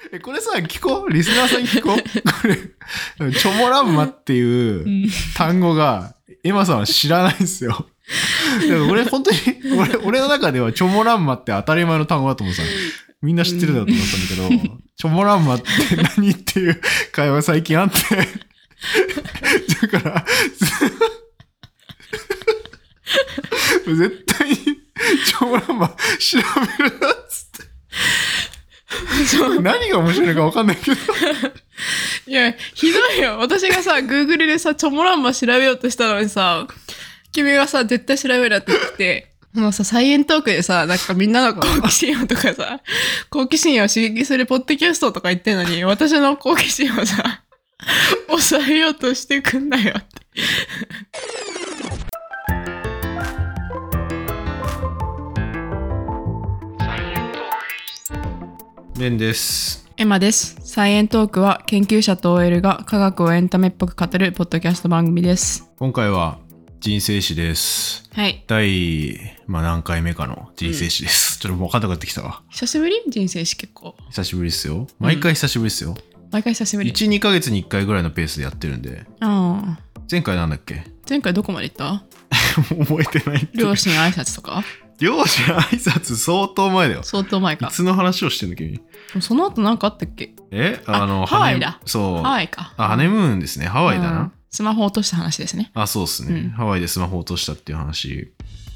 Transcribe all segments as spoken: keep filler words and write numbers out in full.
え、これさ、聞こうリスナーさん聞こうこれ、チョモランマっていう単語が、エマさんは知らないんですよ。だから俺、本当に俺、俺の中ではチョモランマって当たり前の単語だと思ってた。みんな知ってるだろうと思ったんだけど、チョモランマって何っていう会話最近あって、だから、絶対にチョモランマ調べるなっつって。何が面白いのか分かんないけどいやひどいよ。私がさ Google でさチョモランマ調べようとしたのにさ、君がさ絶対調べるって言ってて、そのさサイエントークでさ、なんかみんなの好奇心をとかさ好奇心を刺激するポッドキャストとか言ってんのに、私の好奇心をさ抑えようとしてくんなよってベンです。 エマです。サイエントークは研究者と オーエル が科学をエンタメっぽく語るポッドキャスト番組です。 今回は人生史です。 はい。 第、まあ、何回目かの人生史です。うん、ちょっともう分かんなくなってきたわ。 久しぶり？人生史結構。 久しぶりですよ。毎回久しぶりですよ。うん、 毎回久しぶり。 いち、にかげつにいっかいぐらいのペースでやってるんで。 ああ。 前回なんだっけ？ 前回どこまで行った？ 覚えてない。 両親挨拶とか？ 両親挨拶相当前だよ。 相当前か。 いつの話をしてんの君。 その後なんかあったっけ？ えあの、 あハワイだ。 そう。 ハワイか。 あ、ハネムーンですね。ハワイだな。うん、 スマホ落とした話ですね。 あ、そうですね、うん。ハワイでスマホ落としたっていう話。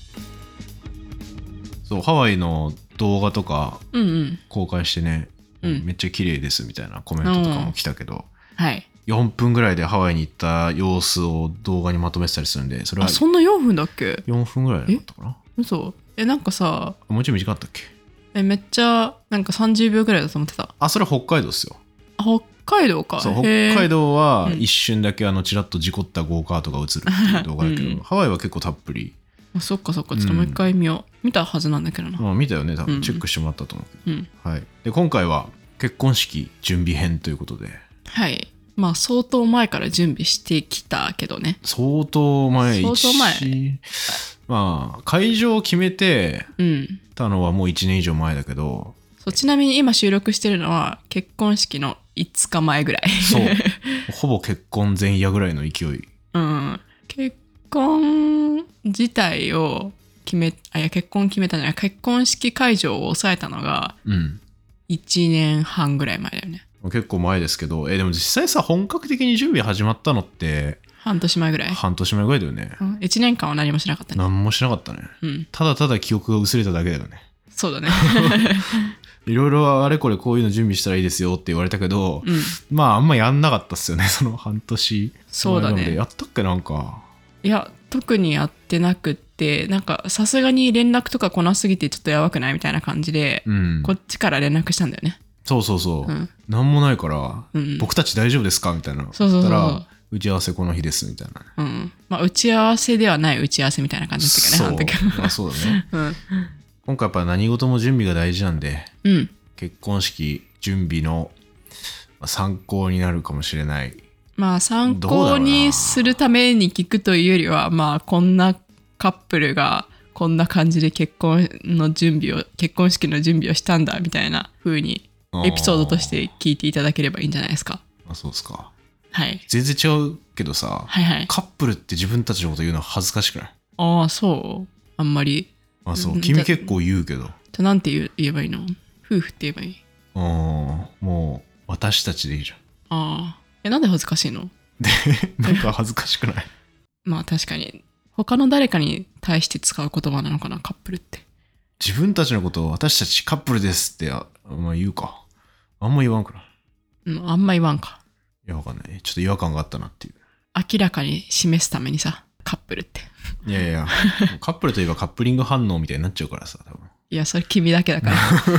そう、ハワイの動画とか公開してね、うんうん、めっちゃ綺麗ですみたいなコメントとかも来たけど、うん、 はい。 よんぷんぐらいでハワイに行った様子を動画にまとめてたりするんで、それはあ、そんなよんぷんだっけ？ よんぷんぐらいだったかな。 嘘？え、なんかさ、 もうちょい短かったっけ？ え、めっちゃなんかさんじゅうびょうぐらいだと思ってた。 あ、それは北海道っすよ。 あ、北海道か。 そう、北海道は一瞬だけあのチラッと事故ったゴーカートが映るっていう動画だけど、うん、ハワイは結構たっぷり。 あ、そっかそっか、ちょっともう一回見よう、うん、見たはずなんだけどな。 まあ、見たよね、多分チェックしてもらったと思うけど、 うん、 はい。で今回は結婚式準備編ということで、 はい。まあ相当前から準備してきたけどね。 相当前。 相当前。 まあ会場を決めてたのはもういちねん以上前だけど、 そう、ちなみに今収録してるのは結婚式のいつかまえぐらい。 そうほぼ結婚前夜ぐらいの勢い。 うん。結婚自体を決めあいや結婚決めたんじゃない、結婚式会場を抑えたのがいちねんはんぐらい前だよね。 結構前ですけど、えでも実際さ本格的に準備始まったのって半年前ぐらい。 半年前ぐらいだよね。 うん、いちねんかんは何もしなかったね。 何もしなかったね。うん、ただただ記憶が薄れただけだよね。 そうだね。 いろいろあれこれこういうの準備したらいいですよって言われたけど、うん、まああんまやんなかったっすよね、その半年。 そうだね。 やったっけなんか。 いや特にやってなくって、なんかさすがに連絡とか来なすぎてちょっとやばくないみたいな感じで、うん、こっちから連絡したんだよね。 そうそうそう、うん、なんもないから、うん、僕たち大丈夫ですかみたいな。 そうそうそう。 ら打ち合わせこの日ですみたいな。 うん。まあ打ち合わせではない打ち合わせみたいな感じだったけどね。 そう、まあ、そうだね。うん、今回やっぱ何事も準備が大事なんで、うん、結婚式準備の参考になるかもしれない。 まあ参考にするために聞くというよりは、まあこんなカップルがこんな感じで結婚の準備を結婚式の準備をしたんだみたいな風にエピソードとして聞いていただければいいんじゃないですか。 あ、そうですか。 はい。 全然違うけどさ、 はいはい、 カップルって自分たちのこと言うの恥ずかしくない？ ああ、そう。あんまり。 あ、そう。君結構言うけど。 じゃあなんて言えばいいの？夫婦って言えばいい？ ああ、もう私たちでいいじゃん。 ああ。え、なんで恥ずかしいの？ で、なんか恥ずかしくない？ まあ確かに。他の誰かに対して使う言葉なのかな、カップルって。 自分たちのことを私たちカップルですってあ、まあ、言うか。あんま言わんくない？ うん、あんま言わんか。 いや、わかんない。ちょっと違和感があったなっていう。 明らかに示すためにさ、カップルって。 いやいや、カップルといえばカップリング反応みたいになっちゃうからさ、多分。 いや、それ君だけだから。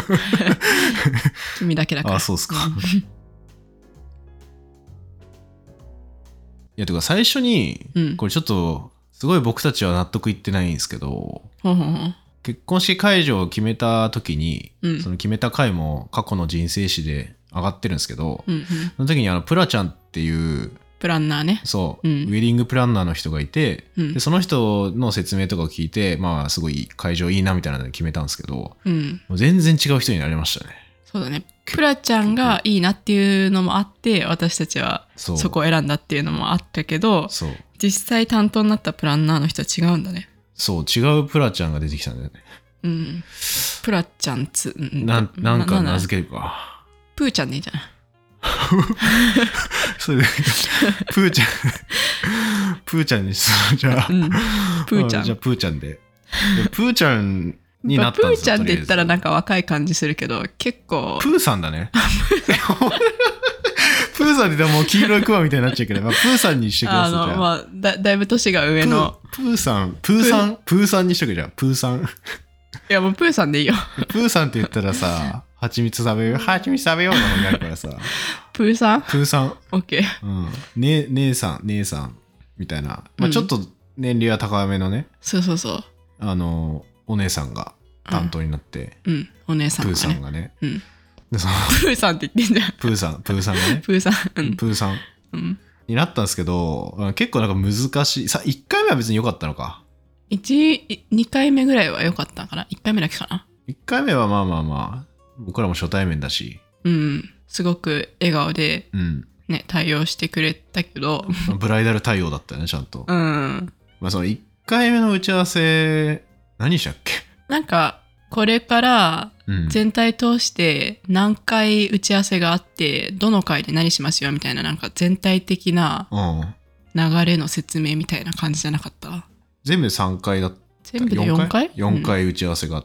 君だけだから。 あ、そうっすか。いや、てか最初に、うん、これちょっと、すごい僕たちは納得いってないんですけど、 ほんほんほん、 結婚式会場を決めた時に、うん、その決めた回も過去の人生史で上がってるんですけど、うんうん、その時にあのプラちゃんっていうプランナーね、 そう、うん、ウェディングプランナーの人がいて、うん、でその人の説明とかを聞いて、まあすごい会場いいなみたいなので決めたんですけど、うん、もう全然違う人になりましたね。 そうだね。 プラちゃんがいいなっていうのもあって私たちはそそうこを選んだっていうのもあったけど、 そう実際担当になったプランナーの人は違うんだね。 そう違うプラちゃんが出てきたんだよね。 うん。プラちゃんつ、 なんなんか名付けけるか。 プーちゃんでいいんじゃない？ それでプーちゃんプーちゃんにするじゃあ、 うん、プーちゃん。 じゃあプーちゃんで。でプーちゃんになったんですよ。 プーちゃんって言ったらなんか若い感じするけど結構プーさんだね。プーさんって言ったらもう黄色いクマみたいになっちゃうけど、まあ、プーさんにしてください。 あの、まあ、だ, だいぶ年が上のプー、プーさんプーさんプーさんにしとくじゃん。プーさん。 いやもうプーさんでいいよ。 プーさんって言ったらさ、蜂蜜食べよう蜂蜜食べようの方になるからさ。 プーさんプーさん。 オッケー。 うん。ね、姉さん姉さんみたいな、まあ、ちょっと年齢は高めのね、 うん、そうそうそう、 あのお姉さんが担当になって、 うん、うん、お姉さんがね、 プーさんがね、 うん、 でそのプーさんって言ってんじゃん。 プーさんプーさんがねプーさん、うん、 プーさん、 うん、 になったんですけど、結構なんか難しいさ。いっかいめは別に良かったのか。 いち、にかいめぐらいは良かったかな。いっかいめだけかな。 いっかいめはまあまあまあ僕らも初対面だし、 うん、すごく笑顔でうんね対応してくれたけど、 ブライダル対応だったよねちゃんと。 うん。 まあそのいっかいめの打ち合わせ何したっけ。 なんかこれから全体通して何回打ち合わせがあってどの回で何しますよみたいな、なんか全体的な流れの説明みたいな感じじゃなかった？ 全部でさんかいだった。 全部でよんかい ?よん 回打ち合わせがあって、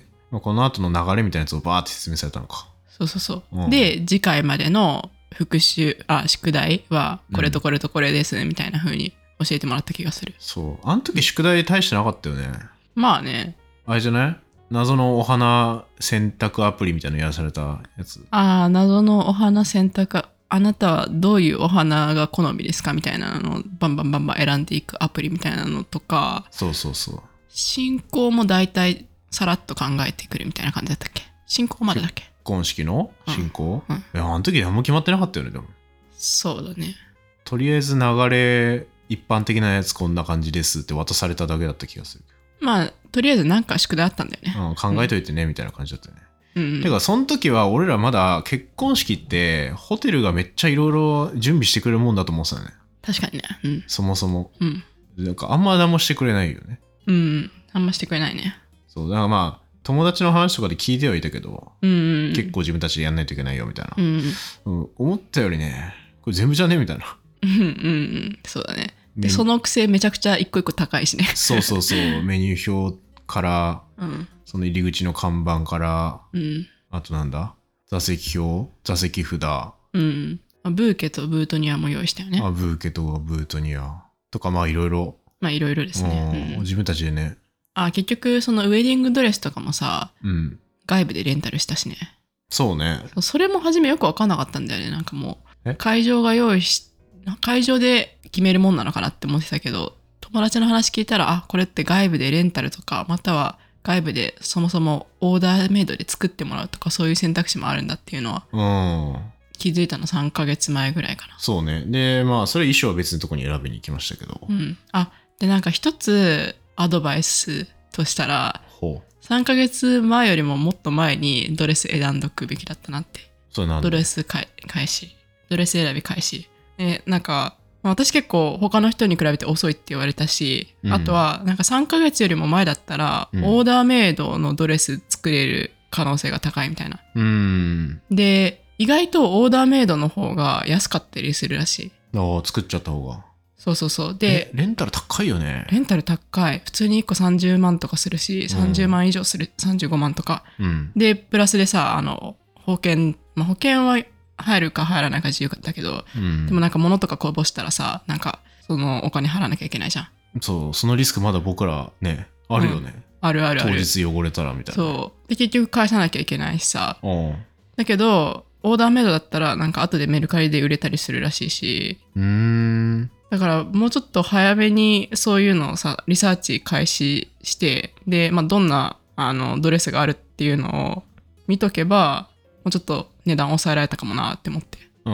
うん、まあ、この後の流れみたいなやつをバーって説明されたのか。 そうそうそう、 うん、 で次回までの復習あ宿題はこれとこれとこれですみたいな風に教えてもらった気がする。 そう、あの時宿題大してなかったよね。 まあね、 あれじゃない、謎のお花選択アプリみたいなのやらされたやつ。 ああ、謎のお花選択、あなたはどういうお花が好みですかみたいなのをバンバンバンバン選んでいくアプリみたいなのとか。 そうそうそう。 進行も大体さらっと考えてくるみたいな感じだったっけ？進行までだっけ？ 結婚式の進行、 うんうん、 いや、あの時何も決まってなかったよね、でも。 そうだね。 とりあえず流れ、一般的なやつこんな感じですって渡されただけだった気がする。 まあ、とりあえずなんか宿題あったんだよね。 うん、考えといてね、うん、みたいな感じだったよね。 うんうん、 てか、その時は俺らまだ結婚式ってホテルがめっちゃいろいろ準備してくれるもんだと思ってたよね。 確かにね。うん、 そもそも。 うん。 なんかあんま何もしてくれないよね。 うん。あんましてくれないね。 そう、だからまあ、友達の話とかで聞いてはいたけど、 うんうん、 結構自分たちでやんないといけないよみたいな。 うんうん、思ったよりね、これ全部じゃねみたいな。 うんうんうん、そうだね。で、そのくせめちゃくちゃ一個一個高いしね。 そうそうそう、メニュー表から、 うん、 その入り口の看板から、 うん、 あとなんだ座席表、座席札。 うん。ブーケとブートニアも用意したよね。 あ、ブーケとブートニア。とかまあいろいろ。 まあいろいろですね、 うん。自分たちでね。 あ、結局そのウェディングドレスとかもさ、 うん、 外部でレンタルしたしね。 そうね。 それも初めよく分かんなかったんだよね。なんかもう、会場が用意し、会場で決めるもんなのかなって思ってたけど、友達の話聞いたら、あ、これって外部でレンタルとか、または外部でそもそもオーダーメイドで作ってもらうとか、そういう選択肢もあるんだっていうのは、 うん、 気づいたのさんかげつまえぐらいかな。 そうね。で、まあ、それ衣装は別のとこに選びに行きましたけど。 うん。あ、で、なんか一つアドバイスとしたら、 ほう。 さんかげつまえよりももっと前にドレス選んどくべきだったなって。 そうなんだ。 ドレス開始。ドレス選び開始。え、なんか、私結構他の人に比べて遅いって言われたし、うん、あとはなんかさんかげつよりも前だったら、うん、オーダーメイドのドレス作れる可能性が高いみたいな。 うん。 で、意外とオーダーメイドの方が安かったりするらしい。 ああ、作っちゃった方が。 そうそうそう。で、 レンタル高いよね。 レンタル高い。普通にいっこさんじゅうまんとかするし、さんじゅうまん以上する、さんじゅうごまんとか。 うん、 で、プラスでさ、あの、保険、まあ、保険は入るか入らないか自由だけど、 うん、 でもなんか物とかこぼしたらさ、なんかそのお金払わなきゃいけないじゃん。 そう、そのリスクまだ僕らね、あるよね。 うん、あるあるある。 当日汚れたらみたいな。 そう。で、結局返さなきゃいけないしさ。 うん、 だけど、オーダーメイドだったらなんか後でメルカリで売れたりするらしいし。 うーん。 だからもうちょっと早めにそういうのをさ、リサーチ開始して、で、まあ、どんなあのドレスがあるっていうのを見とけば、もうちょっと値段抑えられたかもなって思って。 うん、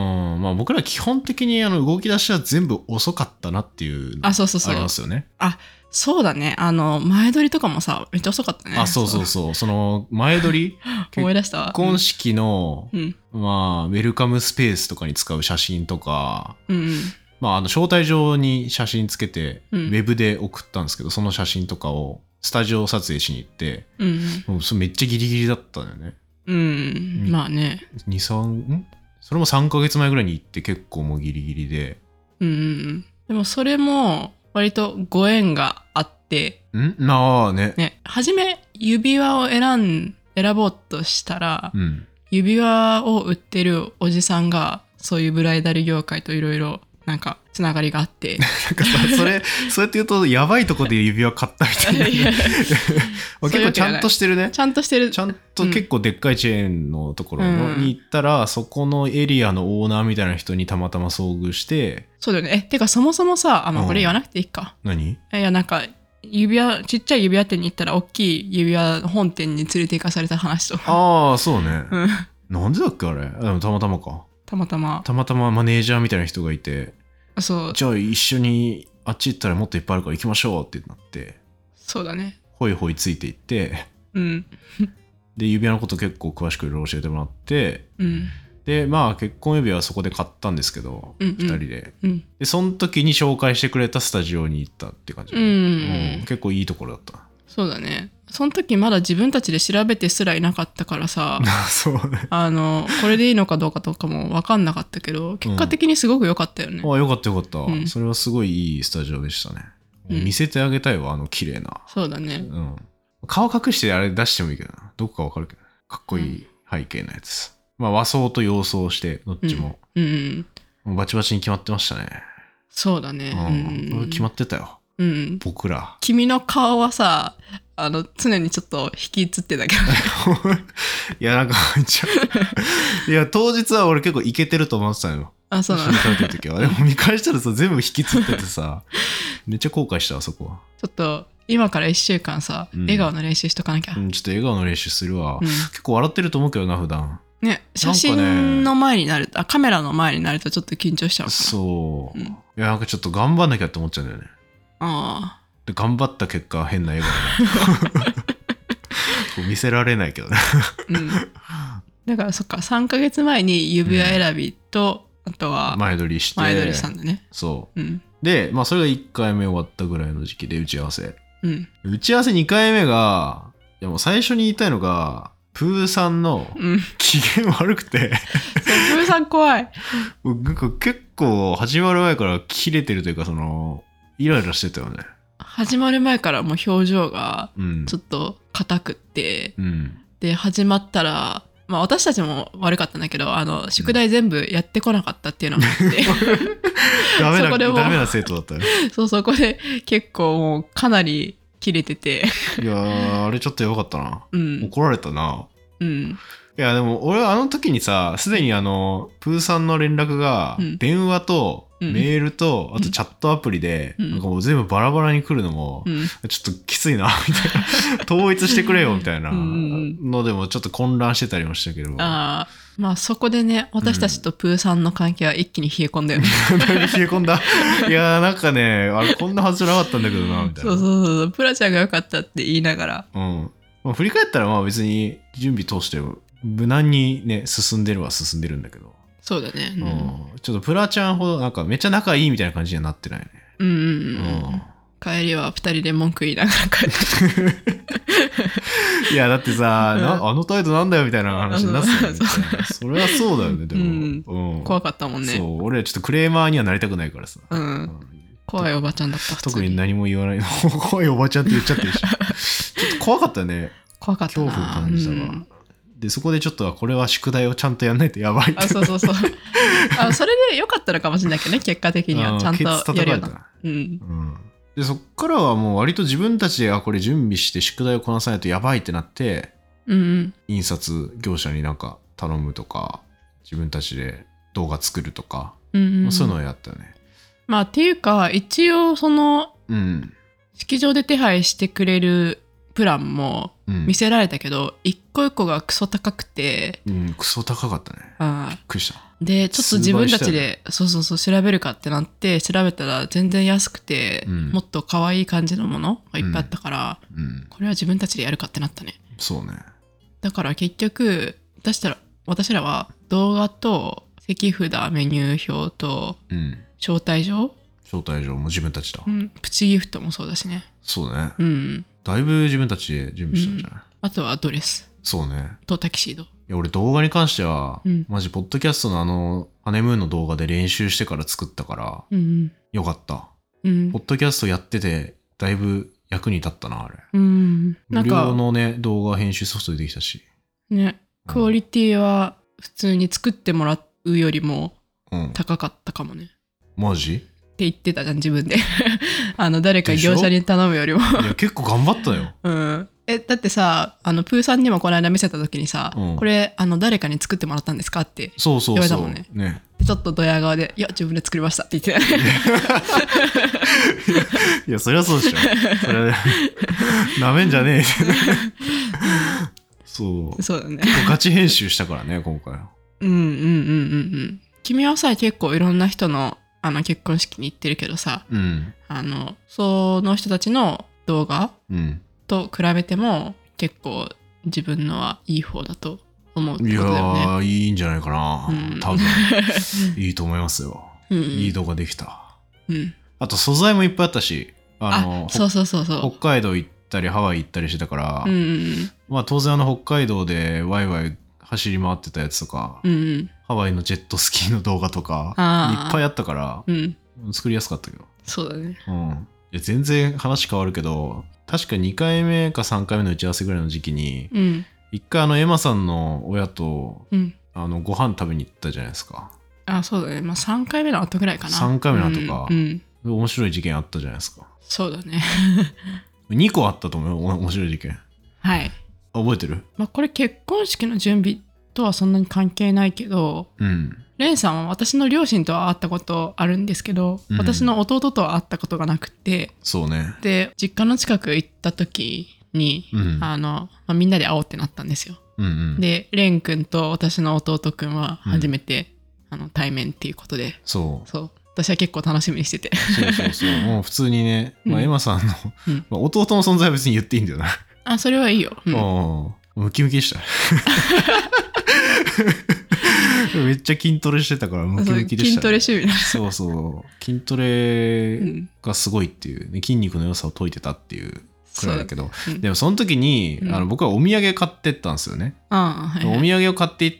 まあ僕ら基本的にあの動き出しは全部遅かったなっていうのあ、そうそうそう。 ありますよね。 あ、そうだね。あの、前撮りとかもさ、めっちゃ遅かったね。 あ、そうそうそう。その前撮り思い出したわ。 結婚式の、 うん。 まあ、ウェルカムスペースとかに使う写真とか、 うんうん。 まあ、あの招待状に写真つけて、 うんウェブで送ったんですけど、その写真とかをスタジオ撮影しに行って、 うんもうそれめっちゃギリギリだったんだよね。 うん。うん。まあね。 に、さん、んそれもさんかげつまえぐらいに行って結構もうギリギリで。 うんうんうん。でもそれも割とご縁があって、 んなあね。 ね、初め指輪を選ん、選ぼうとしたら、 うん。 指輪を売ってるおじさんが、そういうブライダル業界といろいろなんかつながりがあって。 なんかさ、それ、そうやって言うとやばいとこで指輪買ったみたいな、ね。まあ結構ちゃんとしてるね。 ちゃんとしてる。 ちゃんと結構でっかいチェーンのところの、 うん、 に行ったら、そこのエリアのオーナーみたいな人にたまたま遭遇して。 そうだよね。え、てかそもそもさ、あ、まあこれ言わなくていいか。 うん、何？ いや、なんか、指輪、ちっちゃい指輪店に行ったら大きい指輪本店に連れて行かされた話と。 ああ、そうね。 うん。 なんでだっけあれ。でもたまたまか。 たまたま。 たまたまマネージャーみたいな人がいて。 そう。 じゃあ一緒にあっち行ったらもっといっぱいあるから行きましょうってなって。 そうだね。 ほいほいついていって。 うん。 で、指輪のこと結構詳しくいろいろ教えてもらって。 うん。 で、まあ結婚指輪はそこで買ったんですけど、 うんうん、 ふたりで、 うん。 で、その時に紹介してくれたスタジオに行ったって感じ。 うん。 うん、結構いいところだった。 そうだね。その時まだ自分たちで調べてすらいなかったからさ、 そうね。 あの、これでいいのかどうかとかも分かんなかったけど、結果的にすごく良かったよね。 うん、あ、よかったよかった、うん。 ん、 それはすごいいいスタジオでしたね。うん、見せてあげたいわ、あの綺麗な。 そうだね。 うん。顔隠してあれ出してもいいけどな。どこか分かるけど。かっこいい背景のやつ。うん、まあ和装と洋装して、どっちも。 うん。うん、 もうバチバチに決まってましたね。 そうだね。 うん。うん、決まってたよ。 うん。 僕ら。 君の顔はさ、あの、常にちょっと引きつってたけど。 いや、なんか、めっちゃ。いや、当日は俺結構イケてると思ってたよ。 あ、そうなの。 一緒に食べてる時は。でも見返したらさ、全部引きつっててさ、めっちゃ後悔したわ、そこは。 ちょっと、今から一週間さ、うん、笑顔の練習しとかなきゃ。 うん、ちょっと笑顔の練習するわ。 うん、 結構笑ってると思うけどな、普段。 ね、写真の前になると、ね、あ、カメラの前になるとちょっと緊張しちゃうかな。 そう。 うん、 いや、なんかちょっと頑張んなきゃって思っちゃうんだよね。 ああ。 で、頑張った結果、変な笑顔見せられないけどね。 うん。だからそっか、さんかげつまえに指輪選びと、うん、あとは前撮りして。 前撮りしたんだね。 そう。 うん、 で、まあそれがいっかいめ終わったぐらいの時期で打ち合わせ。 うん。 打ち合わせにかいめが、いやもう最初に言いたいのが、プーさんの機嫌悪くて、うん、 そう、プーさん怖い。 なんか結構始まる前からキレてるというか、その、イライラしてたよね。 始まる前からもう表情がちょっと硬くって、 うん、 で始まったら、まあ、私たちも悪かったんだけど、あの宿題全部やってこなかったっていうのがあってダメなダメな生徒だったよ。 そう、そこで結構もうかなりキレてていやー、あれちょっとやばかったな、うん、怒られたな。 うん。 いやでも俺はあの時にさ、すでにあのプーさんの連絡が電話とメールと、あとチャットアプリで、うん、なんかもう全部バラバラに来るのも、うん、ちょっときついなみたいな統一してくれよみたいなのでもちょっと混乱してたりもしたけど、 ああ、まあそこでね、私たちとプーさんの関係は一気に冷え込んだよね。 だいぶ冷え込んだ。いやーなんかね、あれこんなはずじゃなかったんだけどなみたいな。 そうそうそう、プラちゃんが良かったって言いながら、 うん、まあ、振り返ったらまあ別に準備通して無難にね進んでるは進んでるんだけど、 そうだね、 うん、ちょっとプラちゃんほどなんかめっちゃ仲いいみたいな感じにはなってないね。 うんうんうん、うん、帰りは二人で文句言いながら帰っていやだってさ、うん、なあの態度なんだよみたいな話になってたよね。それはそうだよね。でも、うんうん、怖かったもんね。 そう、俺はちょっとクレーマーにはなりたくないからさ、 うんうん、怖いおばちゃんだった。 特に何も言わない怖いおばちゃんって言っちゃってるしちょっと怖かったね。 怖かったな。 恐怖を感じたわ、うん、でそこでちょっとこれは宿題をちゃんとやんないとやばいって。 あ、そうそうそうあ、それで良かったのかもしれないけどね、結果的にはちゃんとやるような、うんうん、 でそっからはもう割と自分たちであこれ準備して宿題をこなさないとやばいってなって、 うんうん、 印刷業者になんか頼むとか自分たちで動画作るとか、うんうん、そういうのをやったよね。 まあっていうか一応その、 うん、 式場で手配してくれるプランもうん見せられたけど、一個一個がクソ高くて、 うん、クソ高かったね。 あびっくりした。 で、ちょっと自分たち数倍で、そうそうそう、調べるかってなって、調べたら全然安くて、 うんもっと可愛い感じのものがいっぱいあったから、 うん、 これは自分たちでやるかってなったね。 そうね。 だから結局、私ら私らは動画と席札、メニュー表とうん。 招待状、 招待状も自分たちだ。 うん、プチギフトもそうだしね。 そうね。 うん。 だいぶ自分たちで準備したんじゃない、 あとはドレスそうね。 とタキシード。 いや、俺動画に関しては、 うんマジポッドキャストのあの、ハネムーンの動画で練習してから作ったから、 うんよかった。 うんポッドキャストやってて、だいぶ役に立ったな、あれ。 うん。な無料んかのね、動画編集ソフトでできたし。 ね、クオリティは普通に作ってもらうよりもうん。 高かったかもね。 マジって言ってたじゃん、自分で。あの、誰かでしょ業者に頼むよりも。 いや、結構頑張ったよ。 うん。え、だってさ、あの、プーさんにもこの間見せた時にさ、 うんこれ、あの、誰かに作ってもらったんですかって、 そうそうそう。 言われたもんねね。 ちょっとドヤ顔で、いや、自分で作りましたって言ってたね。 いや、そりゃそうでしょ。それ、なめんじゃねえ。そう。 そうだね。 結構ガチ編集したからね、今回。 うんうんうんうんうん。君はさ、結構いろんな人の、あの、結婚式に行ってるけどさ、 うん。 あの、その人たちの動画うん。 と比べても、結構自分のはいい方だと思うっていやことだよね。 ー、いいんじゃないかな。 うん多分。いいと思いますよ。 うんうん、 いい動画できた。 うん。 あと素材もいっぱいあったし、あの、 あ、そうそうそうそ北海道行ったりハワイ行ったりしてたから、 う。うんうんまあ当然あの北海道でワイワイ走り回ってたやつとか、 うん。うんうん。 ハワイのジェットスキーの動画とか、 あーいっぱいあったから、 うん。 作りやすかったけど。 そうだね。 うん。いや全然話変わるけど、確かにかいめかさんかいめの打ち合わせぐらいの時期に、 うん。 一回あのエマさんの親と、 うん。 あのご飯食べに行ったじゃないですか。 あ、そうだね。まあさんかいめの後ぐらいかな。 さんかいめの後かうん。うん面白い事件あったじゃないですか。 そうだね。にこあったと思うよ、お面白い事件。 はい。 覚えてる？ まあこれ結婚式の準備とはそんなに関係ないけど、 うん。 レンさんは私の両親とは会ったことあるんですけど、 うん私の弟とは会ったことがなくて、 そうね。 で、実家の近く行った時に、 うん。 あの、まあ、みんなで会おうってなったんですよ。 うんうん。 で、レン君と私の弟君は初めて、あの対面っていうことで、 そう。 そう。私は結構楽しみにしてて。 そうそうそう。もう普通にね、まあ、 うんエマさんの、 うんまあ、弟の存在は別に言っていいんだよな。 あ、それはいいよ。うんうん。ムキムキでした。めっちゃ筋トレしてたからムキムキでした、ね。 筋トレ趣味な。 そうそう。筋トレがすごいっていう、ね、筋肉の良さを解いてたっていうくらいだけど、 うんでもその時に、 うんあの僕はお土産買ってったんですよね。 ああ、はい、はい。 お土産を買っていって、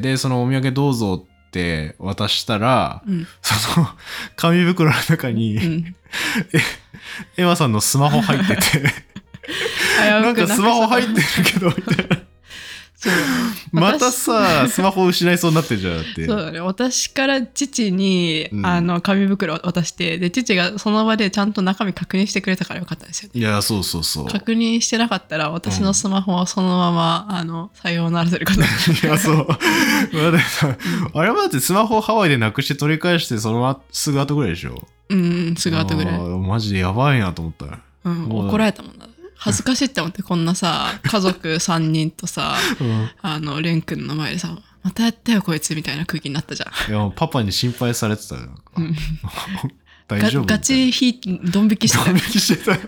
で、そのお土産どうぞって渡したら、 うん。 その紙袋の中に、 うん。 エマさんのスマホ入ってて、なんかスマホ入ってるけど、みたいな。 そうまたさ、スマホ失いそうになってるじゃん、だって。 そうだね。私から父に、 うんあの、紙袋を渡して、で、父がその場でちゃんと中身確認してくれたからよかったですよね。 いや、そうそうそう。 確認してなかったら、私のスマホはそのまま、あの、さようならすることにいや、そう。まあ、ださあれはだってスマホハワイでなくして取り返して、そのまますぐ後ぐらいでしょ。 うん、すぐ後ぐらい。 あーマジでやばいなと思った。 うん、 もう怒られたもんな。恥ずかしいって思って、こんなさ、家族さんにんとさ、 うんあの、レン君の前でさ、またやったよこいつみたいな空気になったじゃん。 いや、もうパパに心配されてたよ。なんかうん大丈夫ガガチひドン引きしてたドン引きしてた。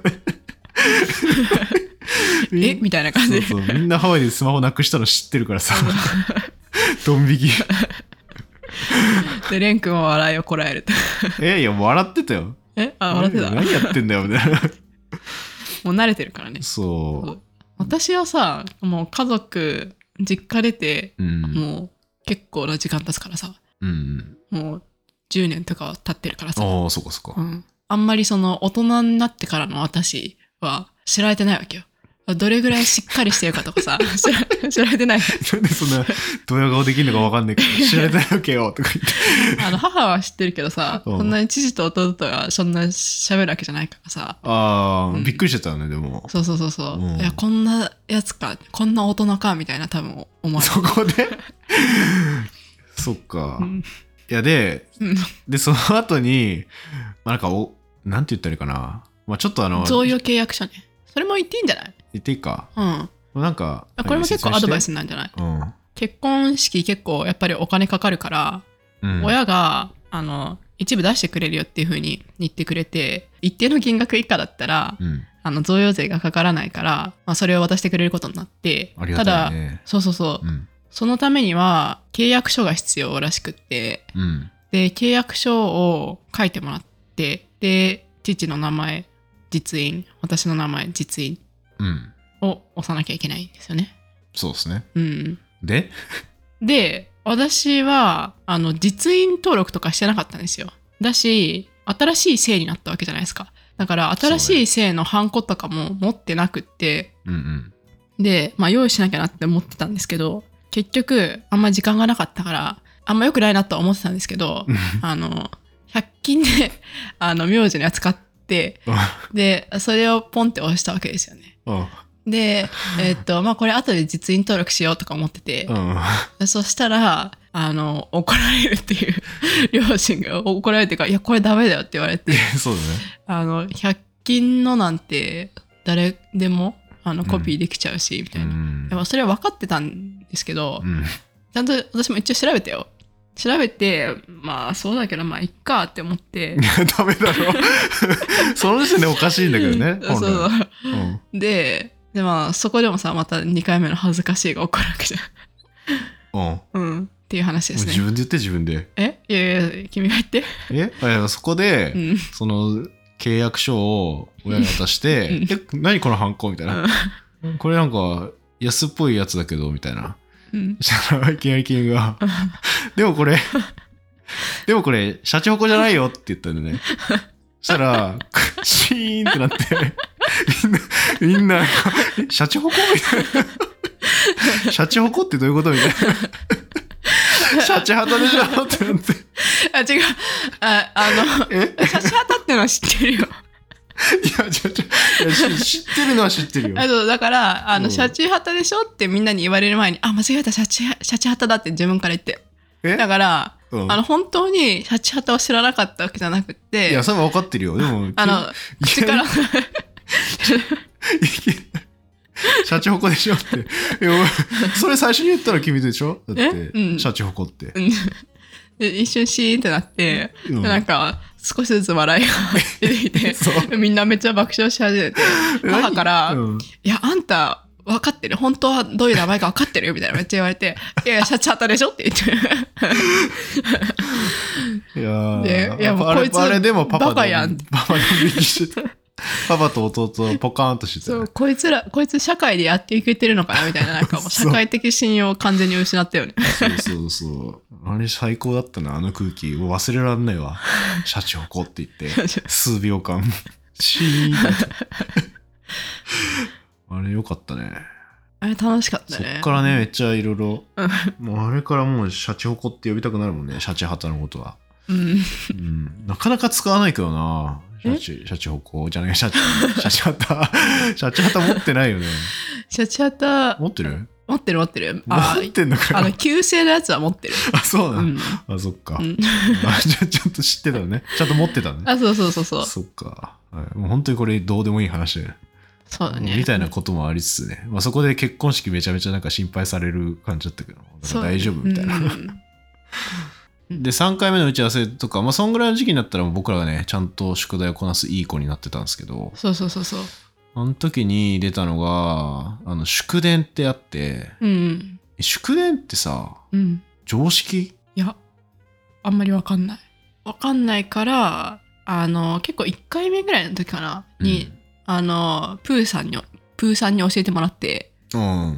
えみたいな感じで。 そうそうみんなハワイでスマホなくしたの知ってるからさ。ドン引き。 で、レン君は笑いをこらえる。 え、いや、もう笑ってたよ。 えあ、笑ってた。 何やってんだよ、みたいな。 もう慣れてるからね。 そ私はさ、もう家族、実家出て、 う。うん。 もう結構な時間経つからさ、 うん。 もうじゅうねんとかは経ってるからさ、 ああ、そっかそっか。 うん、あんまりその大人になってからの私は知られてないわけよ。どれぐらいしっかりしてるかとかさ、知ら知られてない。 なんでそんなドヤ顔できるのかわかんないから知られてないわけよとか言って。 あの母は知ってるけどさ、 うんそんなに父と弟はそんな喋るわけじゃないからさ、 ああ、 うんびっくりしてたよね、でも。 そうそうそうそう、 うんいやこんなやつか、こんな大人かみたいな多分思われる。 そこでそっか。 うんいや、で、 うんで、その後に、まあ、なんかお、なんて言ったらいいかな。まあ、ちょっとあの、 贈与契約書ね。それも言っていいんじゃない？ 言っていいか。 うん。 なんかこれも結構アドバイス、 スなんじゃない？ うん、 結婚式結構やっぱりお金かかるから、うん、親があの一部出してくれるよっていう風に言ってくれて、一定の金額以下だったら、うん、あの贈与税がかからないから、まあ、それを渡してくれることになって、 ありがたいね。 ただそうそうそう、うん、そのためには契約書が必要らしくって、うん、で契約書を書いてもらって、で父の名前実印、私の名前実印を押さなきゃいけないんですよね。 そうですね。 うん、 でで私はあの実印登録とかしてなかったんですよ。だし新しい姓になったわけじゃないですか。だから新しい姓のハンコとかも持ってなくって、うんうん、で、まあ、用意しなきゃなって思ってたんですけど、結局あんまり時間がなかったからあんま良くないなとは思ってたんですけどあのひゃく均であの名字のやつ買ってでそれをポンって押したわけですよね。で、えーっとまあ、これ後で実印登録しようとか思ってて、うん、そしたらあの怒られるっていう両親が怒られてから、いやこれダメだよって言われてそうだね、あのひゃく均のなんて誰でもあのコピーできちゃうし、うん、みたいな、うん、でもそれは分かってたんですけど、うん、ちゃんと私も一応調べたよ。調べて、まあそうだけどまあいっかって思って。 ダメだろその時点でおかしいんだけどね。 そうそう、うん、ででまあそこでもさまたにかいめの恥ずかしいが起こるわけじゃん。うん、うん、っていう話ですね。 自分で言って自分で。 えいやいや君が言って。 えそこで、うん、その契約書を親に渡して、うん、え何このハンコみたいな、うん、これなんか安っぽいやつだけどみたいな。うん、そしたらいきなり君がでもこれでもこれシャチホコじゃないよって言ったんでね。そしたらシーンってなってみんなみんなシャチホコみたいなシャチホコってどういうことみたいなシャチハタでしょってなってあ違うああのえシャチハタってのは知ってるよいや、ちょちょ知ってるのは知ってるよ。 あとだからあの、うん、シャチハタでしょってみんなに言われる前に、あ間違えたシャチシャチハタだって自分から言って。だから、うん、あの本当にシャチハタを知らなかったわけじゃなくて、 いやそれも分かってるよ。でもあの口からシャチホコでしょって。いやそれ最初に言ったら君でしょ。だって、うん、シャチホコって。うんで一瞬シーンってなって、うん、なんか少しずつ笑いが出てきてみんなめっちゃ爆笑し始めて母から、うん、いやあんた分かってる本当はどういう名前か分かってるみたいなめっちゃ言われていやいやシャチハタでしょって言っていやでいやもうこいつあれでもパパバカやんパパしてたパパと弟ポカーンとしてた、ね、 そうこいつらこいつ社会でやっていけてるのかなみたいななんかもう社会的信用を完全に失ったよねそうそうそうあれ最高だったなあの空気もう忘れられないわシャチホコって言って数秒間シーンってあれよかったね。 あれ楽しかったね。 そっからねめっちゃいろいろもうあれからもうシャチホコって呼びたくなるもんねシャチハタのことは、うんうん、なかなか使わないけどなシャチ、シャチホコじゃないシャチ、シャチハタシャチハタ持ってないよね。 シャチハタ持ってる持ってる持ってる持ってんのかよ。 あの旧姓のやつは持ってる。 あそうなの、うん、あそっか、うん、あじゃちゃんと知ってたのねちゃんと持ってたのね。 あそうそうそうそうそっか、はい、もう本当にこれどうでもいい話でそうだねみたいなこともありつつね、まあ、そこで結婚式めちゃめちゃなんか心配される感じだったけどだから大丈夫みたいな、でさんかいめの打ち合わせとかまあそんぐらいの時期になったら僕らがねちゃんと宿題をこなすいい子になってたんですけど、 そうそうそうそうあの時に出たのがあの祝電ってあって、うん、祝電ってさ、うん、常識？ いやあんまりわかんないわかんないからあの結構いっかいめぐらいの時かなに、うんあのプーさんにプーさんに教えてもらって、うん、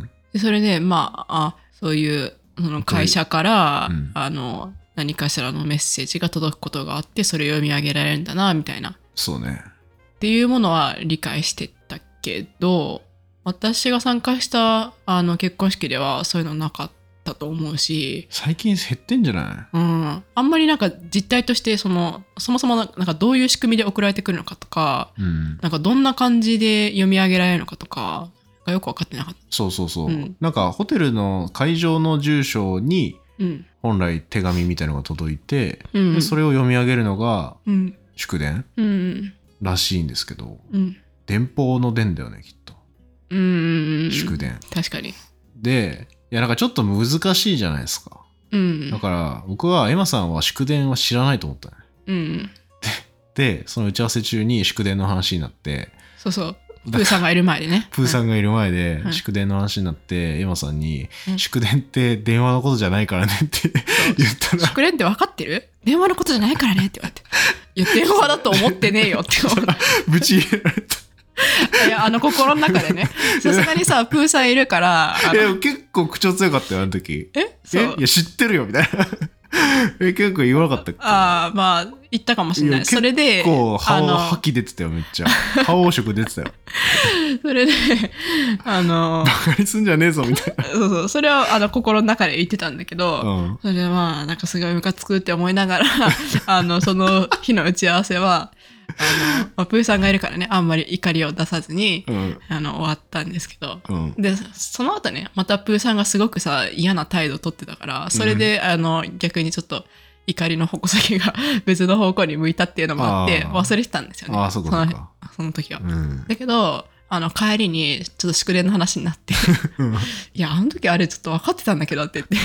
でそれでまああそういうその会社から、うん、あの何かしらのメッセージが届くことがあってそれを読み上げられるんだなみたいなそうねっていうものは理解してたけど私が参加したあの結婚式ではそういうのなかったと思うし最近減ってんじゃない？ うん、あんまりなんか実態としてそのそもそもなんかどういう仕組みで送られてくるのかとか、うん、なんかどんな感じで読み上げられるのかとかがよく分かってなかった。 そうそうそう、うん、なんかホテルの会場の住所に本来手紙みたいなのが届いて、うん、でそれを読み上げるのが祝電、うん、らしいんですけど、うん、電報の電だよねきっと。 うんうんうん。 祝電。 確かに。 で、いやなんかちょっと難しいじゃないですか。 うん。 だから僕はエマさんは祝電は知らないと思ったね。 うん。 で、その打ち合わせ中に祝電の話になって、 そうそう。プーさんがいる前でね。 プーさんがいる前ではい祝電の話になって、エマさんに、 うん祝電って電話のことじゃないからねって言ったら、 祝電って分かってる？電話のことじゃないからねって言われて。いや、電話だと思ってねえよって思う。 ぶち入れられた。 いや、あの心の中でね。さすがにさ、プーさんいるから。あのえ、結構口調強かったよ、あの時。 えそうえいや、知ってるよ、みたいな。え、結構言わなかったっけ？ ああ、まあ、言ったかもしれない。 いやそれで、 結構、 あ歯の吐き出てたよ、めっちゃ。歯黄色出てたよ。 それで、あの、 バカにすんじゃねえぞ、みたいな。 そうそう、それはあの心の中で言ってたんだけど、 うんそれでまあ、なんかすごいムカつくって思いながら、あの、その日の打ち合わせは、あの、まあ、プーさんがいるからね、あんまり怒りを出さずに、 うん。 あの、終わったんですけど、 うん。 で、その後ね、またプーさんがすごくさ、嫌な態度を取ってたから、それで、あの、逆にちょっと、怒りの矛先が別の方向に向いたっていうのもあって、 あー忘れてたんですよね。 ああ、そうか、そうか。 そのその時は。 うん。 だけど、あの、帰りに、ちょっと祝電の話になって、 うんいや、あの時あれちょっと分かってたんだけどって言って。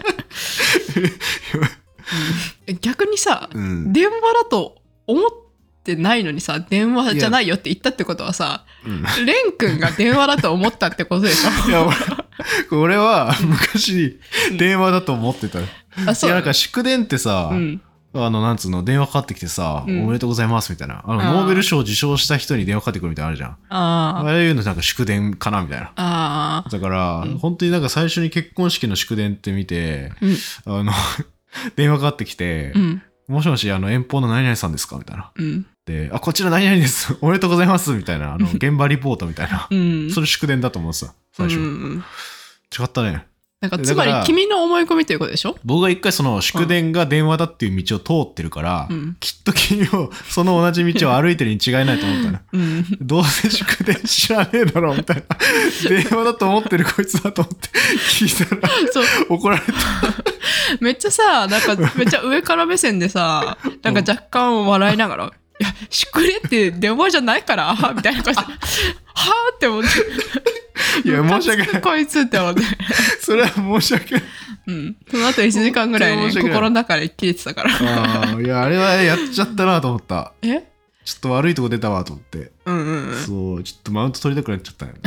うん逆にさ、 うん。 電話だと思ってないのにさ、電話じゃないよって言ったってことはさ、 うんレン君が電話だと思ったってことでしょいや、俺、俺は昔、電話だと思ってた。いあ、そう。 や、なんか祝電ってさ、 うん。 あの、なんつうの、電話かかってきてさ、 うんおめでとうございますみたいな。あの、 あーノーベル賞受賞した人に電話かかってくるみたいなのあるじゃん。あああ。 あいうのなんか祝電かなみたいな。 ああ。 だから、 うん本当になんか最初に結婚式の祝電って見て、 うん。 あの、電話かかってきて、 うん。 もしもし、あの、遠方の何々さんですかみたいな。 うん。 で、あ、こちら何々です。おめでとうございますみたいな。あの、現場リポートみたいな。 うん。 それ祝電だと思ってた、最初。 うん違ったね。 なんか、つまりだから君の思い込みということでしょ僕が一回その祝電が電話だっていう道を通ってるから、 うん。 きっと君もその同じ道を歩いてるに違いないと思ったの。 うん。 どうせ祝電知らねえだろみたいな。電話だと思ってるこいつだと思って聞いたらそう。 怒られた。 めっちゃさ、なんかめっちゃ上から目線でさ、なんか若干笑いながら、いや、祝電って電話じゃないからみたいな感じで、はぁって思って。 いや、申し訳ない。 こいつって思って。 それは申し訳ない。 うん。その後いちじかんぐらいね、 本当に申し訳ない心の中で切れてたから。 ああ、いや、あれはやっちゃったなと思った。 えちょっと悪いとこ出たわと思って。 うんうんうん。 そう、ちょっとマウント取りたくなっちゃったよ。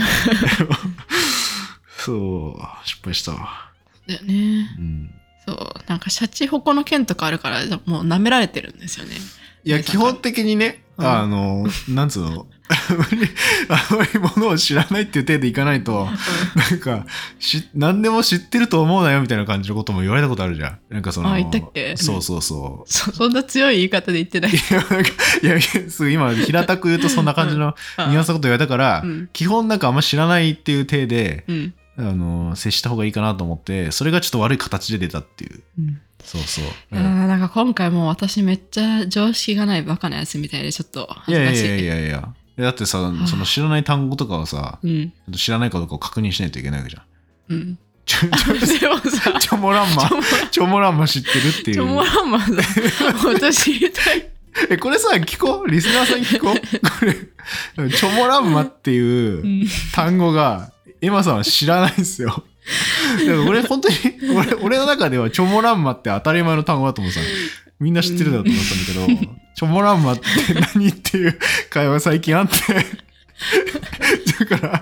そう、失敗したわ。 だよね。 うん。 そう。なんか、シャチホコの件とかあるから、もう舐められてるんですよね。 いや、基本的にね、 うんあの、なんつうの、あまり、あまりものを知らないっていう体でいかないと、なんか、し、何でも知ってると思うなよみたいな感じのことも言われたことあるじゃん。なんかその、 あ言ったっけそうそうそう。 そそんな強い言い方で言ってない。 いや、なんか、いや、いやすぐ今、平たく言うとそんな感じのうんニュアンスのこと言われたから、 うん基本なんかあんま知らないっていう体で、 うん。 あの、接した方がいいかなと思って、それがちょっと悪い形で出たっていう。 うんそうそう。 あーなんか今回もう私めっちゃ常識がないバカなやつみたいでちょっといや恥ずかしい。 いやいやいやいや。だってさ、その知らない単語とかはさ、 うん。 知らないかどうかを確認しないといけないわけじゃん。 うん。 ちょ、ちょ、 でもさ、 チョモランマ、チョモランマ知ってるっていう。 ちょもらんまさ、私言いたい。 え、これさ、聞こうリスナーさん聞こうこれ、チョモランマっていう単語が、エマさんは知らないんですよ。だから俺本当に俺、俺の中ではチョモランマって当たり前の単語だと思ってた。みんな知ってるだろうと思ったんだけど、チョモランマって何っていう会話最近あって、だから、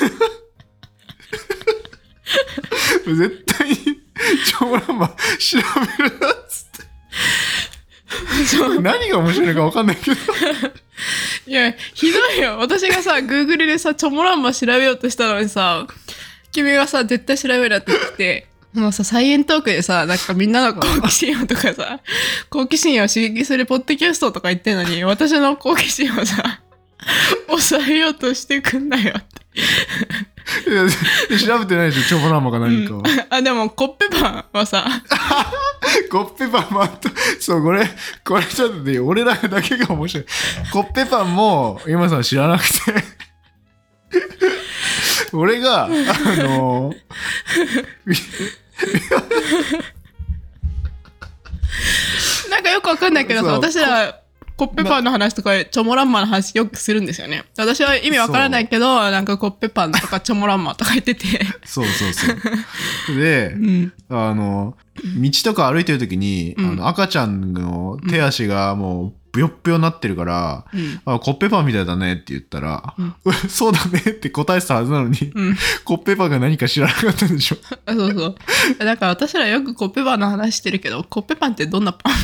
絶対にチョモランマ調べるなっつって。何が面白いのか分かんないけど。 いや、ひどいよ。私がさ、Google でさ、チョモランマ調べようとしたのにさ、君がさ、絶対調べるなって言って、そのさ、サイエントークでさ、なんかみんなの好奇心をとかさ、好奇心を刺激するポッドキャストとか言ってんのに、私の好奇心をさ、抑えようとしてくんなよって。 いや調べてないでしょ、チョモランマが何かを。 うん、あ、でもコッペパンはさ、 コッペパンもあった。そう、これ、これちょっとね、俺らだけが面白い。コッペパンも、今さん知らなくて。俺が、あのー、 なんかよくわかんないけどさ、 そう私ら、 コッペパンの話とかチョモランマの話よくするんですよね。私は意味わからないけど、なんかコッペパンとかチョモランマとか言ってて。 そうそうそう。で、 うん、 あの、道とか歩いてる時に、うん、あの赤ちゃんの手足がもうブヨッブヨになってるから、うん、あコッペパンみたいだねって言ったら、うん、そうだねって答えてたはずなのに、うん、コッペパンが何か知らなかったんでしょ。 そうそう。だから私らよくコッペパンの話してるけど、コッペパンってどんなパン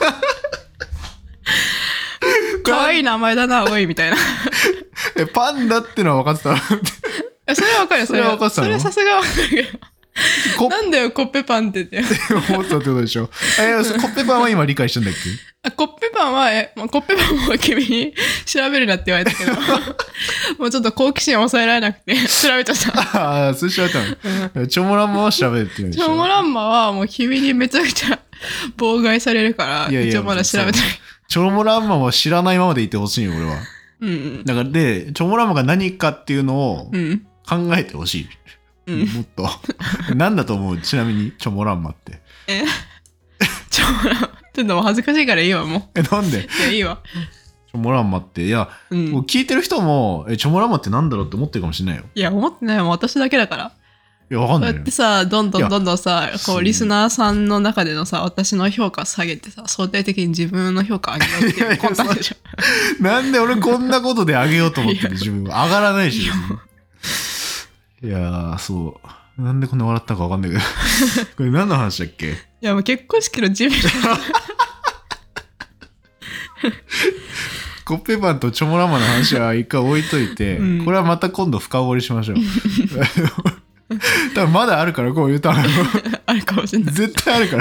かわいい名前だな、おいみたいな。 え、パンダってのは分かってたそれは分かるよ、それは分かってたの。それはさすが分かるけど。なんだよ、コッペパンってって。 思ったってことでしょ。え、コッペパンは今理解したんだっけ？ あコッペパンは、え、コッペパンも君に調べるなって言われたけど、もうちょっと好奇心抑えられなくて、調べちゃった。 ああ、それ調べたの、うん、チョモランマは調べるって言うんでしょ。 チョモランマはもう君にめちゃくちゃ妨害されるから、いやいや一応まだ調べてない。 チョモランマは知らないままでいてほしいよ、俺は。うん、うん。だから、で、チョモランマが何かっていうのを考えてほしい。うん、もっと。何だと思う？ちなみに、チョモランマって。えチョモランマちょっともう恥ずかしいからいいわ、もう。 え、なんで？ いや、いいわ。 チョモランマって、いや、うん、もう聞いてる人も、え、チョモランマってなんだろうって思ってるかもしれないよ。 いや、思ってないよ。私だけだから。 いや、わかんないよ。 こうやってさ、どんどんどんどんさ、こう、リスナーさんの中でのさ、私の評価下げてさ、相対的に自分の評価上げようっていう魂胆でしょ。 なんで俺こんなことで上げようと思ってる自分は。上がらないし。いやー、そう。なんでこんな笑ったかわかんないけど。これ何の話だっけ？いや、もう結婚式の準備。 コッペパンとチョモランマの話は一回置いといて、うん、これはまた今度深掘りしましょう。多分まだあるからこう言うたらあるかもしれない。 絶対あるから。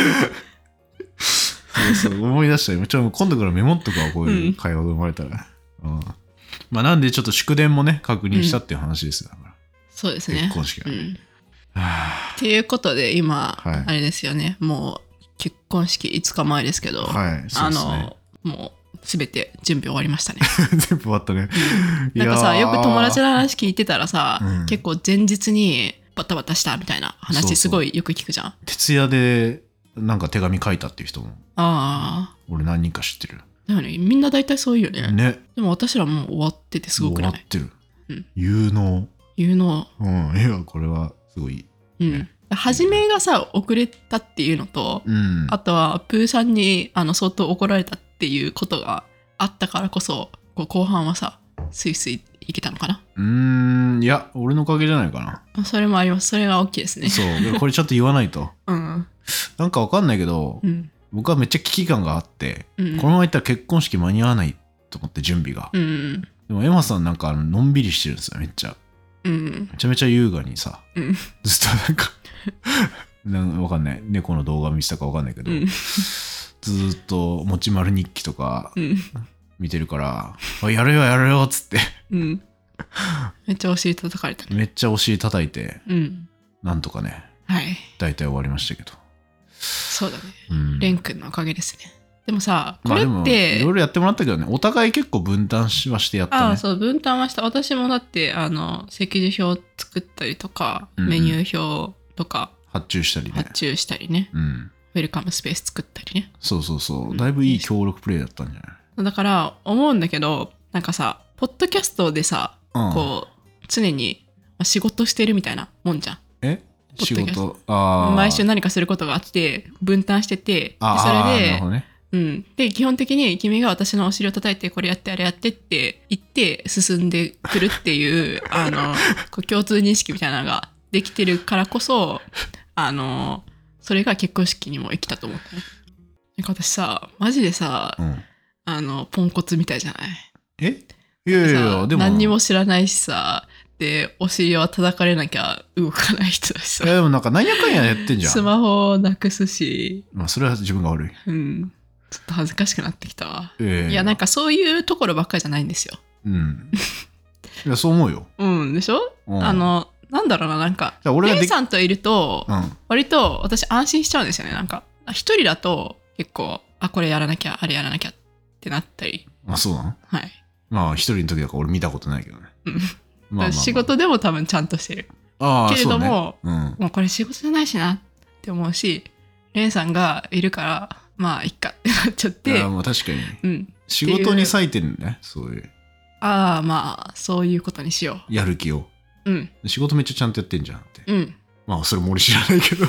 そうそう思い出したよ。ちょっと今度からメモっとくわ、こういう会話が生まれたら。うんうん、まあなんでちょっと祝電もね確認したっていう話ですよ。だからそうですね。 結婚式が。うん、 っていうことで今、はい、あれですよね。もう結婚式いつかまえですけど、 はい、そうですね、 あのもうすべて準備終わりましたね。 全部終わったね。 うん、なんかさ、よく友達の話聞いてたらさ、うん、結構前日にバタバタしたみたいな話すごいよく聞くじゃん。そうそう徹夜でなんか手紙書いたっていう人も。 ああ。 俺何人か知ってる。 だよね。みんな大体そういうよね。 ね。 でも私らもう終わっててすごくない？ 終わってる。うん、有能。 有能。 うん。いや、これはすごい、 ね。うん。初めがさ、遅れたっていうのと、うん、あとはプーさんにあの相当怒られたっていうことがあったからこそ、こう後半はさ、スイスイいけたのかな。 うーん、いや、俺のおかげじゃないかな。 それもあります。それが大きいですね。 そう。これちょっと言わないと。 うん。 なんかわかんないけど、うん、僕はめっちゃ危機感があって、うん、このままいったら結婚式間に合わないと思って準備が。うん、でもエマさんなんかのんびりしてるんですよ、めっちゃ。うん、めちゃめちゃ優雅にさ、うん、ずっとなんかなんわかんない。猫の動画見せたかわかんないけど、うん、ずっともちまる日記とか見てるから、うん、やるよやるよっつって、うん、 めっちゃお尻叩かれたね。 めっちゃお尻叩いて、うん、なんとかね、はい、大体終わりましたけど。 そうだね。うん、レン君のおかげですね。でもさ、これって、 いろいろやってもらったけどね、お互い結構分担はしてやったね。 ああ、そう、分担はした。私もだって、あの、席次表作ったりとか、うんうん、メニュー表とか、 発注したりね。 発注したりね。うん。ウェルカムスペース作ったりね。 そうそうそう。だいぶいい協力プレイだったんじゃない？ うん、だから、思うんだけど、なんかさ、ポッドキャストでさ、うん、こう、常に仕事してるみたいなもんじゃん。 え仕事あ毎週何かすることがあって分担しててでそれで、ねうん、で基本的に君が私のお尻を叩いてこれやってあれやってって言って進んでくるっていうあのこう共通認識みたいなのができてるからこそあのそれが結婚式にも生きたと思ったね。なんか私さマジでさ、うん、あのポンコツみたいじゃない？ えいやいやいやでも何にも知らないしさでお尻は叩かれなきゃ動かない人だしさ。 いやでもなんか何やかんややってんじゃん。 スマホをなくすし。 まあそれは自分が悪い。 うん。ちょっと恥ずかしくなってきたわ。えー、いやなんかそういうところばっかりじゃないんですよ。うん。 いやそう思うよ。 うんでしょ？うん、あのなんだろうななんかレイさんといると、うん、割と私安心しちゃうんですよね。なんか一人だと結構あこれやらなきゃあれやらなきゃってなったり。 あそうなの？ はい。 まあ一人の時だから俺見たことないけどね。うん。 まあまあまあ、仕事でも多分ちゃんとしてるあけれども、 ねうん、 もうこれ仕事じゃないしなって思うしレンさんがいるからまあいっかってなっちゃっいて、 やまあ確かにうん、 仕事に割いてるね、そういうああまあそういうことにしよやる気を。 う。うん仕事めっちゃちゃんとやってんじゃんって。 うんまあそれも俺知らないけど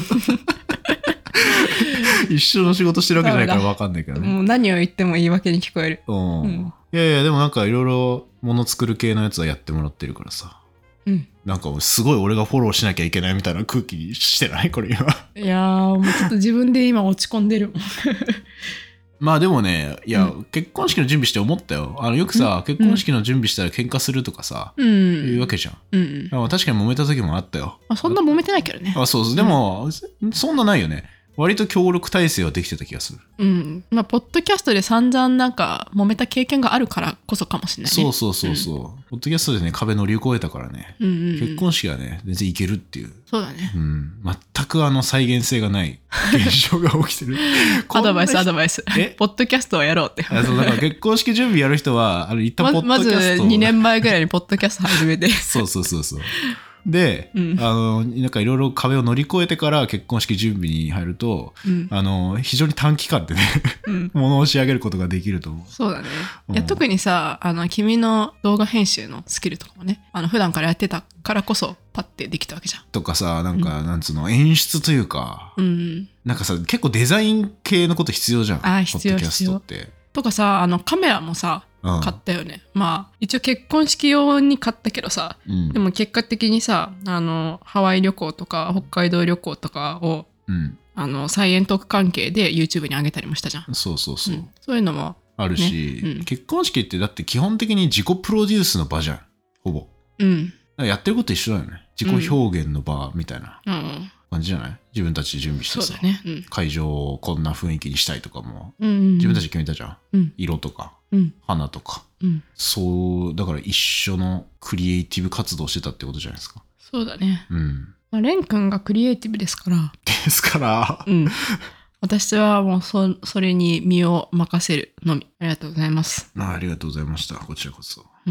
一緒の仕事してるわけじゃないから分かんないけどね。 もう何を言っても言い訳に聞こえる。 うん、 うん、 いやいやでもなんかいろいろ物作る系のやつはやってもらってるからさ、 うん、 なんかすごい俺がフォローしなきゃいけないみたいな空気にしてないこれ今。 いやーもうちょっと自分で今落ち込んでるもんまあでもね、いや、 うん、 結婚式の準備して思ったよ。あのよくさ、結婚式の準備したら喧嘩するとかさ、 うん、 言うわけじゃん。 うん、 まあ確かに揉めた時もあったよ。 まあ、そんな揉めてないけどね。 あ、そうそう。でも、うん、そんなないよね。割と協力体制はできてた気がする。 うん。まあ、ポッドキャストで散々なんか揉めた経験があるからこそかもしれないね。 そうそうそうそう。うん、ポッドキャストでね、壁乗り越えたからね。 うんうんうん、 結婚式はね、全然いけるっていう。 そうだね。 うん。全くあの再現性がない現象が起きてる。 アドバイス、アドバイス。えポッドキャストをやろうって。 あそうだから結婚式準備やる人は、あの、一旦ポッドキャストま、まずにねんまえぐらいにポッドキャスト始めて。 そうそうそうそう。で、うん、あのなんかいろいろ壁を乗り越えてから結婚式準備に入ると、うん、あの非常に短期間でね、うん、物を仕上げることができると思う。 そうだね、うん、いや特にさあの君の動画編集のスキルとかもねあの普段からやってたからこそパッてできたわけじゃん。 とかさなんか、うん、なんつうの演出というか、うん、なんかさ結構デザイン系のこと必要じゃん。 あ必要ポッドキャストって。 とかさあのカメラもさ買ったよね。まあ一応結婚式用に買ったけどさ、うん、でも結果的にさあのハワイ旅行とか北海道旅行とかを、うん、あのサイエントーク関係で YouTube に上げたりもしたじゃん。 そうそうそう、うん、 そういうのも、ね、 あるし、うん、結婚式ってだって基本的に自己プロデュースの場じゃんほぼ、うん、やってること一緒だよね。自己表現の場みたいな感じじゃない、うん、自分たちで準備してさ、 そうだね、うん、 会場をこんな雰囲気にしたいとかも、 うんうんうん、 自分たちで決めたじゃん、うん、色とか、うん、花とか、うん、そうだから一緒のクリエイティブ活動してたってことじゃないですか。 そうだね、 うんまあ、レン君がクリエイティブですからですから、 うん、私はもう そ, それに身を任せるのみ。ありがとうございます。 あ, ありがとうございました。こちらこそ、 うん、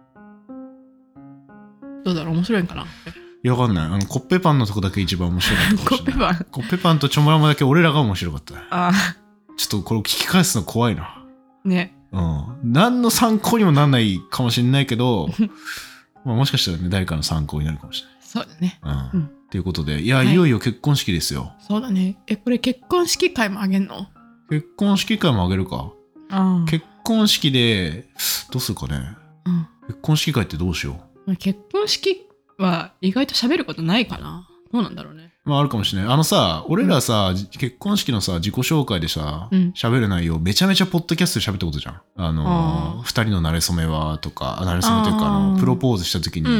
どうだろう面白いんかな。 いやわかんない。あのコッペパンのとこだけ一番面白かったかもしれない。 コッペパンコッペパンとチョモラマだけ俺らが面白かった。 あちょっとこれを聞き返すの怖いな。 ね。 うん。何の参考にもなんないかもしれないけど、まあもしかしたらね誰かの参考になるかもしれない。 そうだね。 うん。うん、ということで、いや、はい、いよいよ結婚式ですよ。 そうだね。えこれ結婚式会もあげんの？ 結婚式会もあげるか。 あ結婚式でどうするかね。うん、結婚式会ってどうしよう。結婚式は意外と喋ることないかな。どうなんだろうね。 まああるかもしれない。あのさ、俺らさ、うん、結婚式のさ、自己紹介でさ、喋、うん、る内容めちゃめちゃポッドキャストで喋ったことじゃん。あの、二人の馴れ初めはとか、馴れ初めというか、あの、プロポーズした時に、うん、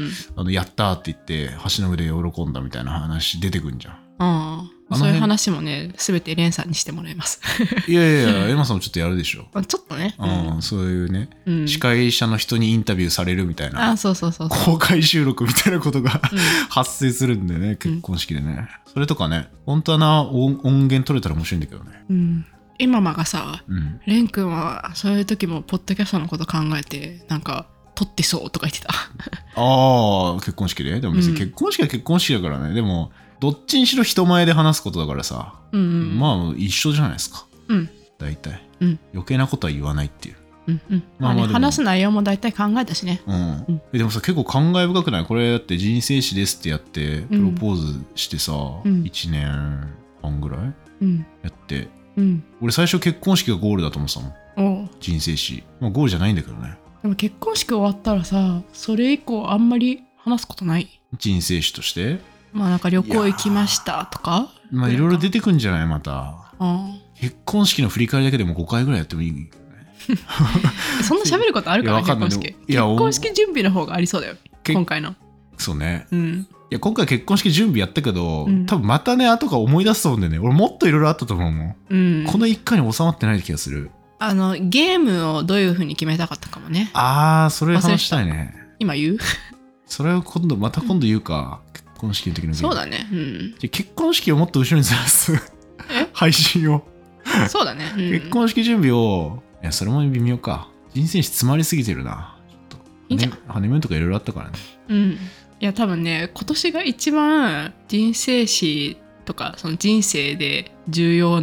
あの、やったって言って、橋の上で喜んだみたいな話出てくんじゃん。 ああそういう話もね、すべてレンさんにしてもらいます。 いやいやいや、エマさんもちょっとやるでしょ。 ちょっとね。 うん、そういうね、うん、司会者の人にインタビューされるみたいな。 あそうそうそうそう。 公開収録みたいなことが、うん、発生するんでね、結婚式でね。うん、それとかね、本当はな音、音源取れたら面白いんだけどね。 うん。今マがさ、うん、レン君はそういう時もポッドキャストのこと考えて、なんか、撮ってそうとか言ってた。ああ、結婚式ででも別に結婚式は結婚式だからね。うん、でも、どっちにしろ人前で話すことだからさ、うんうん、まあ一緒じゃないですか。うん。大体、うん。余計なことは言わないっていう。 うんうん。まあ、ね、まあ話す内容も大体考えたしね。 うん。うん、でもさ、結構感慨深くない？これだって人生史ですってやって、プロポーズしてさ、うん、いちねんはんぐらい、うん、やって、うん、俺最初結婚式がゴールだと思ってたもん。お人生史。まあゴールじゃないんだけどね。 でも結婚式終わったらさ、それ以降あんまり話すことない？ 人生史として？まあなんか旅行行きましたとかまあいろいろ出てくんじゃないまた。結婚式の振り返りだけでもごかいぐらいやってもいいけどね。 そんな喋ることあるかな結婚式。結婚式準備の方がありそうだよ今回の。 そうね。うん。いや今回結婚式準備やったけど、うん、多分またね後から思い出すと思うんだよね。俺もっといろいろあったと思うもん。うん。この一回に収まってない気がする。 あのゲームをどういう風に決めたかったかもね。 ああそれ話したいね。 今言う？ それを今度また今度言うか。うん結婚式の時のそうだね、うん、 じゃ結婚式をもっと後ろにずらす配信をそうだね、うん、 結婚式準備をいやそれも微妙か人生史詰まりすぎてるなちょっといいんじゃんハネムーンとかいろいろあったからねうんいや多分ね今年が一番人生史とかその人生で重要な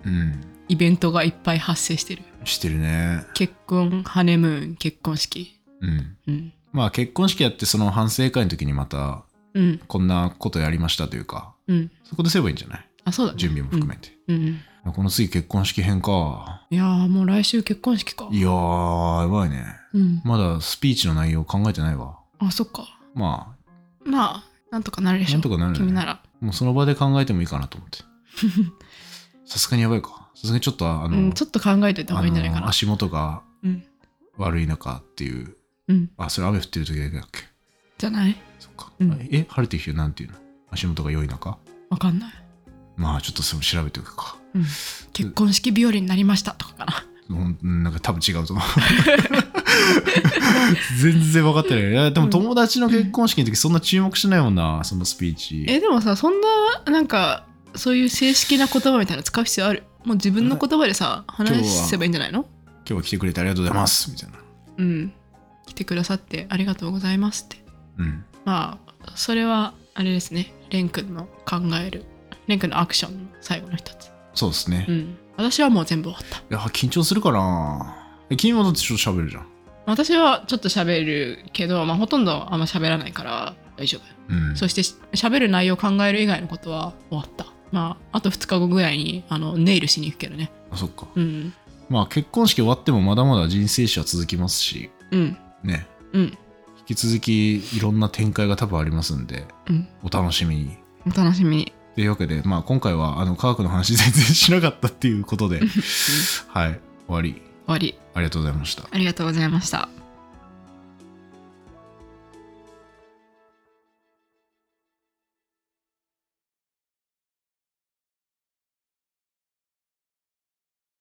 うんイベントがいっぱい発生してる。 してるね。 結婚、ハネムーン、結婚式。 うんうん。 まあ結婚式やってその反省会の時にまたうん。 こんなことやりましたというか、 うん。 そこですればいいんじゃない？ あ、そうだね。 準備も含めて、 うん。うん。 この次結婚式編か。 いやー、もう来週結婚式か。 いやーやばいね。 うん。 まだスピーチの内容考えてないわ。 あ、そっか。 ままあ、なんとかなるでしょ。 なんとかなるね君なら。 あもうその場で考えてもいいかなと思って。さすがにやばいか。さすがにちょっとあの、 うん、ちょっと考えておいた方がいいんじゃないかな。 あの足元がうん。 悪い中っていう。 うん。 あ、それ雨降ってる時だけだっけ？ じゃない？ そっか。 うんえ、晴れてる日はなんていうの？足元が良い中？ わかんない。 まあちょっとそれも調べておくか。 うん。結婚式日和になりましたとかかな。 うんなんか多分違うと思う。全然分かってない。いやでも友達の結婚式の時そんな注目しないもんな、そのスピーチ。 え、でもさ、そんな、なんか、そういう正式な言葉みたいなの使う必要ある？もう自分の言葉でさ、話せばいいんじゃないの？ 今日は来てくれてありがとうございますみたいな。 うん。来てくださってありがとうございますって。 うん。 まあ、それは、あれですね。レン君の考える、レン君のアクションの最後の一つ。 そうですね。 うん。私はもう全部終わった。 いや緊張するかな。え君もだってちょっと喋るじゃん。 私はちょっと喋るけど、まあ、ほとんどあんま喋らないから大丈夫。 うん。 そして喋る内容を考える以外のことは終わった。まあ、あとふつかごぐらいにあのネイルしに行くけどね。 あそっか。 うん。 まあ結婚式終わってもまだまだ人生史は続きますし、 うん。 ね。 うん。 引き続きいろんな展開が多分ありますんで、 うん。 お楽しみに。 お楽しみに。 というわけで、まあ今回はあの科学の話全然しなかったっていうことで、はい、終わり。 終わり。 ありがとうございました。 ありがとうございました。